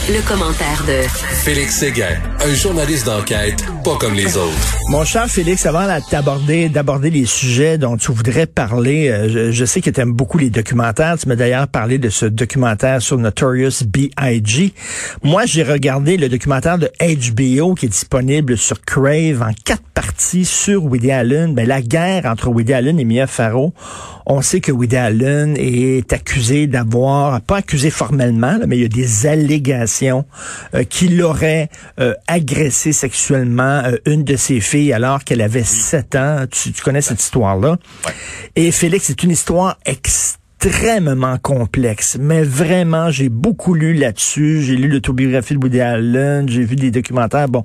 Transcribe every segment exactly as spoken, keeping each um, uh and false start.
le commentaire de Félix Séguin, un journaliste d'enquête pas comme les autres. Mon cher Félix, avant d'aborder, d'aborder les sujets dont tu voudrais parler, euh, je, je sais que tu aimes beaucoup les documentaires. Tu m'as d'ailleurs parlé de ce documentaire sur Notorious B I G Moi, j'ai regardé le documentaire de H B O qui est disponible sur Crave en quatre parties sur Woody Allen. Ben, la guerre entre Woody Allen et Mia Farrow. On sait que Woody Allen est accusé d'avoir, pas accusé formellement, là, mais il y a des allégations euh, qu'il aurait euh, agressé sexuellement euh, une de ses filles alors qu'elle avait sept ans. Tu, tu connais cette histoire-là. Ouais. Et Félix, c'est une histoire extrêmement complexe, mais vraiment, j'ai beaucoup lu là-dessus. J'ai lu l'autobiographie de Woody Allen, j'ai vu des documentaires, bon...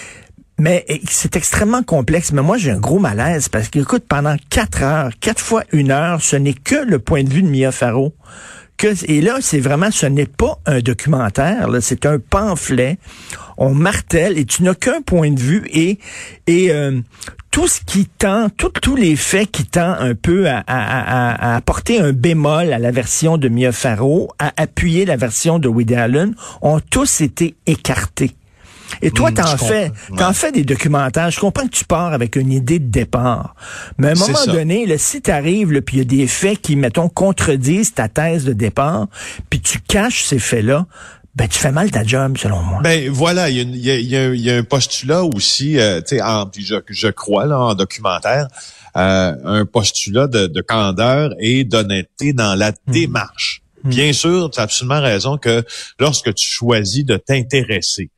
Mais c'est extrêmement complexe. Mais moi, j'ai un gros malaise parce que, écoute, pendant quatre heures, quatre fois une heure, ce n'est que le point de vue de Mia Farrow. Que, et là, c'est vraiment, ce n'est pas un documentaire, là, c'est un pamphlet. On martèle et tu n'as qu'un point de vue et et euh, tout ce qui tend, tout, tous les faits qui tendent un peu à, à, à, à apporter un bémol à la version de Mia Farrow, à appuyer la version de Woody Allen, ont tous été écartés. Et toi, mmh, t'en fais, ouais. t'en fais des documentaires. Je comprends que tu pars avec une idée de départ. Mais à un moment donné, là, si t'arrives, là, puis il y a des faits qui, mettons, contredisent ta thèse de départ, puis tu caches ces faits-là, ben, tu fais mal ta job, selon moi. Ben, voilà, il y a, il y a, il y a, il y a un postulat aussi, euh, tu sais, en, je, je crois, là, en documentaire, euh, un postulat de, de candeur et d'honnêteté dans la mmh. démarche. Mmh. Bien sûr, tu as absolument raison que lorsque tu choisis de t'intéresser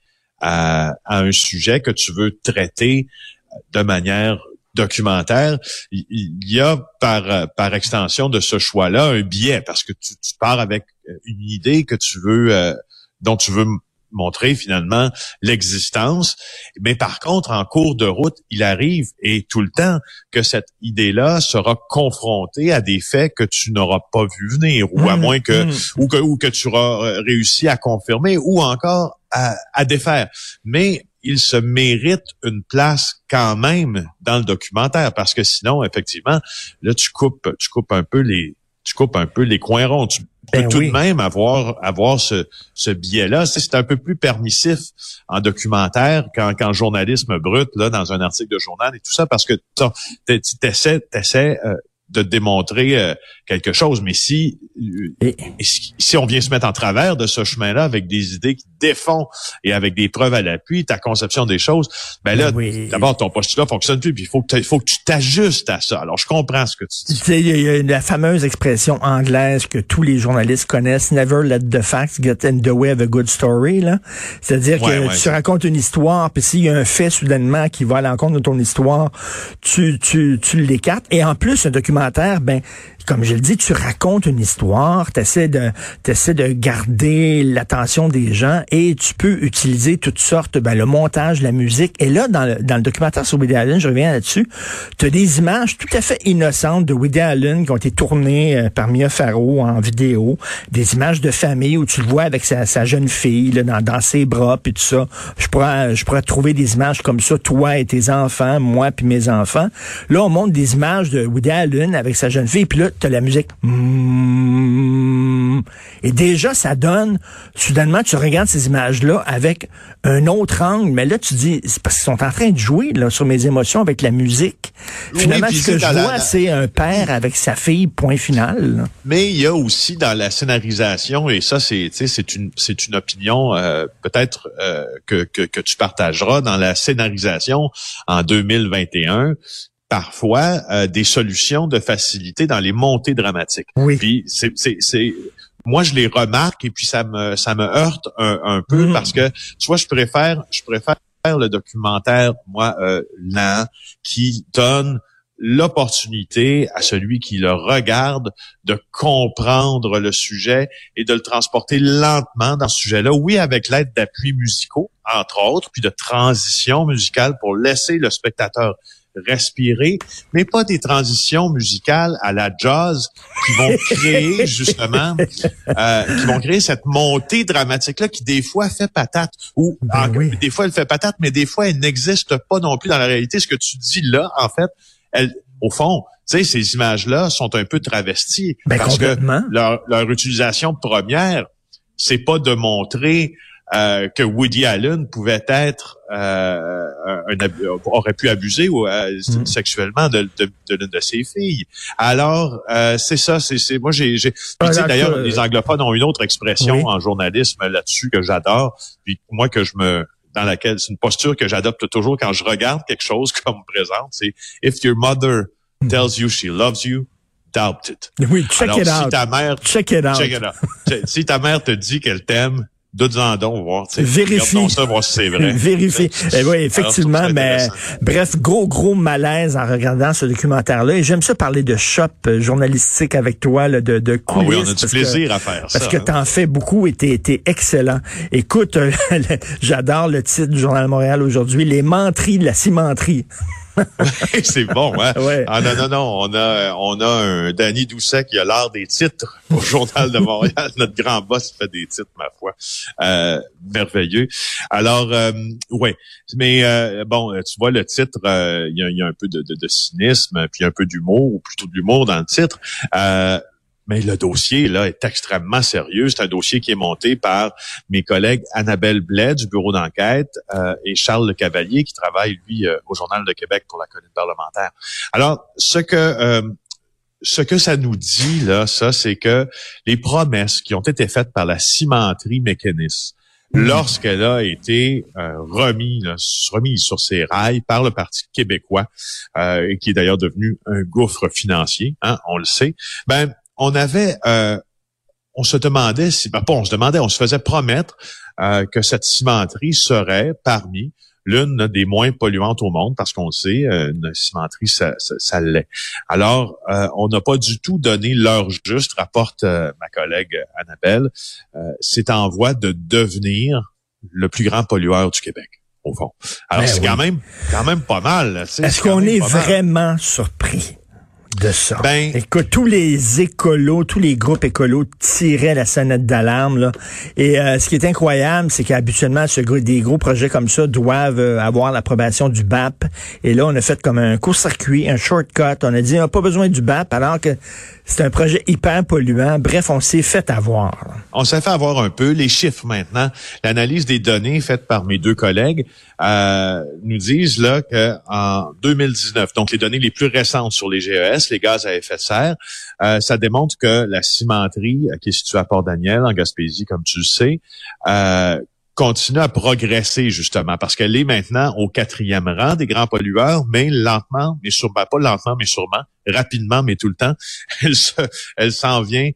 À, à un sujet que tu veux traiter de manière documentaire, il, il y a par par extension de ce choix-là un biais parce que tu, tu pars avec une idée que tu veux euh, dont tu veux montrer finalement l'existence, mais par contre en cours de route, il arrive et tout le temps que cette idée-là sera confrontée à des faits que tu n'auras pas vu venir ou mmh, à moins que mmh. ou que ou que tu auras réussi à confirmer ou encore à, à défaire. Mais il se mérite une place quand même dans le documentaire parce que sinon effectivement là tu coupes tu coupes un peu les tu coupes un peu les coins ronds. Tu peux ben tout oui. de même avoir avoir ce ce biais-là. C'est, c'est un peu plus permissif en documentaire qu'en, qu'en journalisme brut là dans un article de journal et tout ça parce que tu t'essaies t'essaies euh, de démontrer euh, quelque chose. Mais si et... si on vient se mettre en travers de ce chemin-là avec des idées qui défont et avec des preuves à l'appui, ta conception des choses, ben là, oui. d'abord, ton postulat fonctionne plus, puis il faut que, faut que tu t'ajustes à ça. Alors, je comprends ce que tu dis. Il y a la fameuse expression anglaise que tous les journalistes connaissent, « Never let the facts get in the way of a good story », là. C'est-à-dire ouais, que ouais, tu c'est... racontes une histoire, puis s'il y a un fait soudainement qui va à l'encontre de ton histoire, tu, tu, tu l'écartes. Et en plus, un documentaire, ben, comme je le dis, tu racontes une histoire, tu essaies de, t'essaies de garder l'attention des gens et tu peux utiliser toutes sortes, ben, le montage, la musique. Et là, dans le, dans le documentaire sur Woody Allen, je reviens là-dessus, tu as des images tout à fait innocentes de Woody Allen qui ont été tournées euh, par Mia Farrow en vidéo, des images de famille où tu le vois avec sa, sa jeune fille là, dans, dans ses bras puis tout ça. Je pourrais, je pourrais trouver des images comme ça, toi et tes enfants, moi puis mes enfants. Là, on montre des images de Woody Allen avec sa jeune fille, puis là, t'as la musique. Mmh. Et déjà, ça donne, soudainement, tu regardes ces images-là avec un autre angle, mais là, tu dis, c'est parce qu'ils sont en train de jouer là sur mes émotions avec la musique. Finalement, oui, ce que je vois, la... c'est un père avec sa fille, point final. Là. Mais il y a aussi dans la scénarisation, et ça, c'est, tu sais, c'est une, c'est une opinion euh, peut-être euh, que, que que tu partageras dans la scénarisation en deux mille vingt et un. Parfois euh, des solutions de facilité dans les montées dramatiques. Oui. Puis c'est c'est c'est moi je les remarque et puis ça me ça me heurte un, un peu mmh. parce que tu vois je préfère je préfère le documentaire moi euh, lent qui donne l'opportunité à celui qui le regarde de comprendre le sujet et de le transporter lentement dans ce sujet-là. Oui, avec l'aide d'appuis musicaux, entre autres, puis de transition musicale pour laisser le spectateur respirer, mais pas des transitions musicales à la jazz qui vont créer justement, euh, qui vont créer cette montée dramatique-là qui des fois fait patate. Ou ben en, oui. des fois elle fait patate, mais des fois elle n'existe pas non plus dans la réalité. Ce que tu dis là, en fait, elle, au fond, tu sais, ces images-là sont un peu travesties ben parce que complètement. leur, leur utilisation première, c'est pas de montrer euh, que Woody Allen pouvait être euh, un, un, aurait pu abuser ou, euh, mm. sexuellement de, de, de l'une de ses filles. Alors, euh, c'est ça, c'est, c'est moi j'ai, j'ai puis, ah, d'ailleurs euh, les anglophones ont une autre expression oui. en journalisme là-dessus que j'adore, puis moi que je me dans laquelle c'est une posture que j'adopte toujours quand je regarde quelque chose qu'on me présente, c'est if your mother tells you she loves you, doubt it. Oui, check Alors, it si out. Ta mère, check it out. Check it out. Si ta mère te dit qu'elle t'aime, doute-en donc, voir. Vérifie. Ça, voir si c'est vrai. Vérifie. Eh oui, effectivement, alors, mais bref, gros, gros malaise en regardant ce documentaire-là. Et j'aime ça parler de shop journalistique avec toi, là, de, de coulisses. Ah oui, on a du plaisir que, à faire parce ça. Parce que hein. t'en fais beaucoup et t'es, t'es excellent. Écoute, euh, j'adore le titre du Journal de Montréal aujourd'hui, Les menteries de la cimenterie. Oui, c'est bon, hein? Ouais. Ah non, non, non. On a, on a un Danny Doucet qui a l'art des titres au Journal de Montréal. Notre grand boss fait des titres, ma foi. Euh, merveilleux. Alors, euh, ouais. Mais euh, bon, tu vois, le titre, il euh, y, y a un peu de, de, de cynisme, puis un peu d'humour, ou plutôt de l'humour dans le titre. Euh, Mais le dossier, là, est extrêmement sérieux. C'est un dossier qui est monté par mes collègues Annabelle Blais du bureau d'enquête euh, et Charles Le Cavalier qui travaille, lui, euh, au Journal de Québec pour la colline parlementaire. Alors, ce que euh, ce que ça nous dit, là, ça, c'est que les promesses qui ont été faites par la cimenterie Mécanis, mmh. lorsqu'elle a été euh, remise, là, remise sur ses rails par le Parti québécois, euh, qui est d'ailleurs devenu un gouffre financier, hein, on le sait, ben on avait, euh, on se demandait, si, ben pas on se demandait, on se faisait promettre euh, que cette cimenterie serait parmi l'une des moins polluantes au monde, parce qu'on le sait, une cimenterie, ça, ça, ça l'est. Alors, euh, on n'a pas du tout donné l'heure juste, rapporte euh, ma collègue Annabelle. Euh, c'est en voie de devenir le plus grand pollueur du Québec, au fond. Alors, ben c'est oui. quand même quand même pas mal. Est-ce qu'on est vraiment surpris de ça? Ben, écoute, tous les écolos, tous les groupes écolos tiraient la sonnette d'alarme, là. Et euh, ce qui est incroyable, c'est qu'habituellement, ce, des gros projets comme ça doivent euh, avoir l'approbation du B A P. Et là, on a fait comme un court-circuit, un shortcut. On a dit, on n'a pas besoin du B A P, alors que c'est un projet hyper polluant. Bref, on s'est fait avoir. Là. On s'est fait avoir un peu. Les chiffres maintenant, l'analyse des données faite par mes deux collègues euh, nous disent là qu'en deux mille dix-neuf, donc les données les plus récentes sur les G E S, les gaz à effet de serre, euh, ça démontre que la cimenterie, qui est située à Port-Daniel, en Gaspésie, comme tu le sais, euh, continue à progresser, justement, parce qu'elle est maintenant au quatrième rang des grands pollueurs, mais lentement, mais sûrement, pas lentement, mais sûrement, rapidement, mais tout le temps, elle se, elle s'en vient,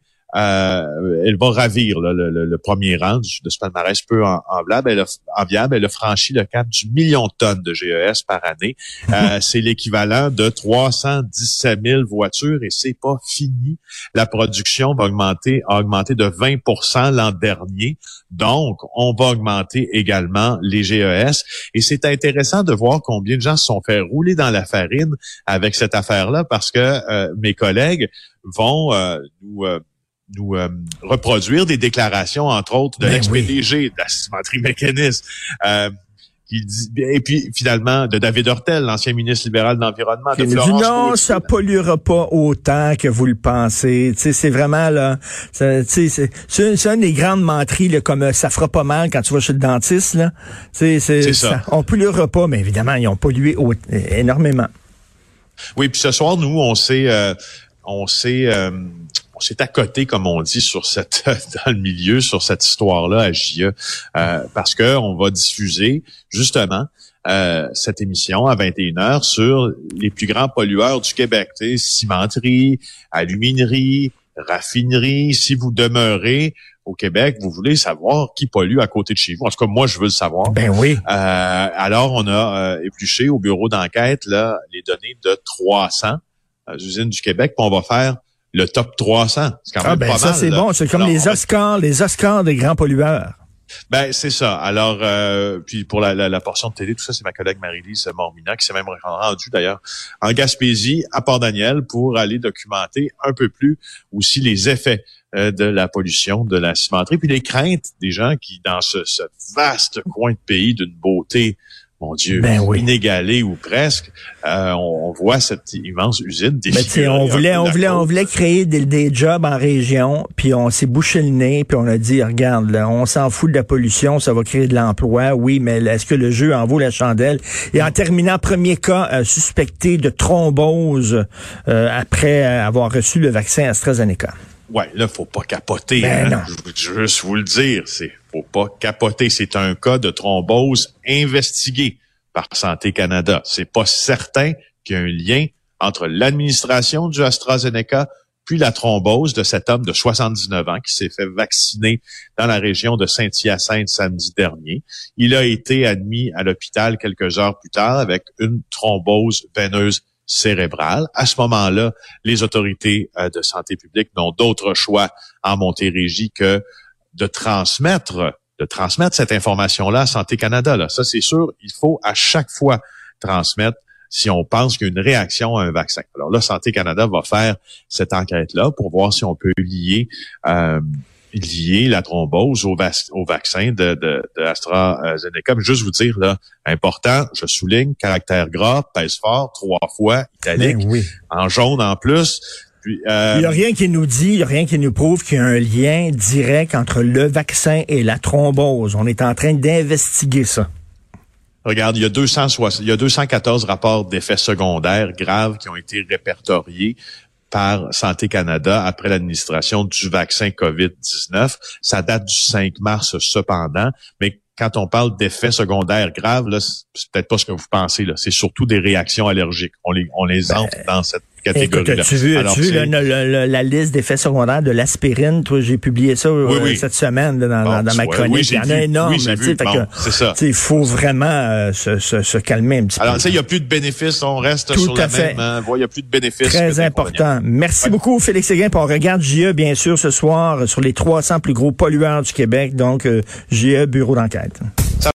euh, elle va ravir là, le, le, le premier rang de ce palmarès peu en, enviable. Elle a, enviable. Elle a franchi le cap du million de tonnes de G E S par année. Euh, c'est l'équivalent de trois cent dix-sept mille voitures et c'est pas fini. La production va augmenter, a augmenté de vingt pour cent l'an dernier. Donc, on va augmenter également les G E S. Et c'est intéressant de voir combien de gens se sont fait rouler dans la farine avec cette affaire-là parce que euh, mes collègues vont euh, nous... Euh, nous euh, reproduire des déclarations, entre autres, de ben l'ex-P D G oui. de la cimenterie Mécanis, euh, qui dit, et puis finalement de David Hurtel, l'ancien ministre libéral de l'Environnement, de Florence dit non, Gauthier. Ça polluera pas autant que vous le pensez. Tu sais, c'est vraiment là, tu sais, c'est, c'est, c'est une des grandes menteries là, comme ça fera pas mal quand tu vas chez le dentiste là. Tu sais, c'est, c'est ça. ça. On polluera pas, mais évidemment ils ont pollué au, énormément. Oui, puis ce soir nous on s'est, euh, on s'est euh, on s'est accoté, comme on dit, sur cette dans le milieu, sur cette histoire-là à J E, euh, parce que on va diffuser justement euh, cette émission à vingt et une heures sur les plus grands pollueurs du Québec, tu sais, cimenterie, aluminerie, raffinerie. Si vous demeurez au Québec, vous voulez savoir qui pollue à côté de chez vous. En tout cas, moi, je veux le savoir. Ben oui. Euh, alors, on a euh, épluché au bureau d'enquête là les données de trois cents euh, usines du Québec, puis on va faire le top trois cents. C'est quand même ah ben, pas ça, mal. Ça, c'est là. bon. C'est comme Alors, les Oscars, les Oscars des grands pollueurs. Ben, c'est ça. Alors, euh, puis pour la, la, la portion de télé, tout ça, c'est ma collègue Marie-Lise Mormina qui s'est même rendue, d'ailleurs, en Gaspésie, à Port-Daniel, pour aller documenter un peu plus aussi les effets euh, de la pollution de la cimenterie, puis les craintes des gens qui, dans ce, ce vaste coin de pays d'une beauté mon Dieu, ben oui. inégalée ou presque. Euh, on, on voit cette immense usine défigurée. Ben, on voulait, on voulait, on voulait créer des, des jobs en région, puis on s'est bouché le nez, puis on a dit, regarde, là, on s'en fout de la pollution, ça va créer de l'emploi, oui, mais est-ce que le jeu en vaut la chandelle? Et en terminant, premier cas euh, suspecté de thrombose euh, après avoir reçu le vaccin AstraZeneca. Ouais, là, faut pas capoter. Ben hein? Je veux juste vous le dire, c'est faut pas capoter. C'est un cas de thrombose investigué par Santé Canada. C'est pas certain qu'il y a un lien entre l'administration du AstraZeneca puis la thrombose de cet homme de soixante-dix-neuf ans qui s'est fait vacciner dans la région de Saint-Hyacinthe samedi dernier. Il a été admis à l'hôpital quelques heures plus tard avec une thrombose veineuse cérébrale. À ce moment-là, les autorités euh, de santé publique n'ont d'autre choix en Montérégie que de transmettre de transmettre cette information-là à Santé Canada. Là. Ça, c'est sûr, il faut à chaque fois transmettre si on pense qu'il y a une réaction à un vaccin. Alors là, Santé Canada va faire cette enquête-là pour voir si on peut lier euh, lier la thrombose au, vac- au vaccin de, de, de AstraZeneca. Mais juste vous dire, là, important, je souligne, caractère gras, pèse fort, trois fois, italique, ben oui. en jaune en plus. Puis, euh, il n'y a rien qui nous dit, il n'y a rien qui nous prouve qu'il y a un lien direct entre le vaccin et la thrombose. On est en train d'investiguer ça. Regarde, il y a deux cent soixante, il y a deux cent quatorze rapports d'effets secondaires graves qui ont été répertoriés par Santé Canada après l'administration du vaccin covid dix-neuf. Ça date du cinq mars cependant, mais quand on parle d'effets secondaires graves, là, c'est peut-être pas ce que vous pensez, là. C'est surtout des réactions allergiques. On les, on les entre ben, dans cette catégorie-là. Écoute, as-tu vu, Alors, as-tu vu le, le, le, la liste d'effets secondaires de l'aspirine? Toi, j'ai publié ça oui, oui. cette semaine là, dans, bon, dans, dans ma chronique. Oui, il y en a énorme. Oui, vu. Fait bon, que, c'est ça. Il faut vraiment euh, se, se, se calmer un petit Alors, peu. tu sais, il n'y a plus de bénéfices. On reste Tout sur à la fait. même voie. Il n'y a plus de bénéfices. Très important. Merci ouais. beaucoup, Félix Séguin. On regarde J E, bien sûr, ce soir, sur les trois cents plus gros pollueurs du Québec. Donc, euh, J E, bureau d'enquête.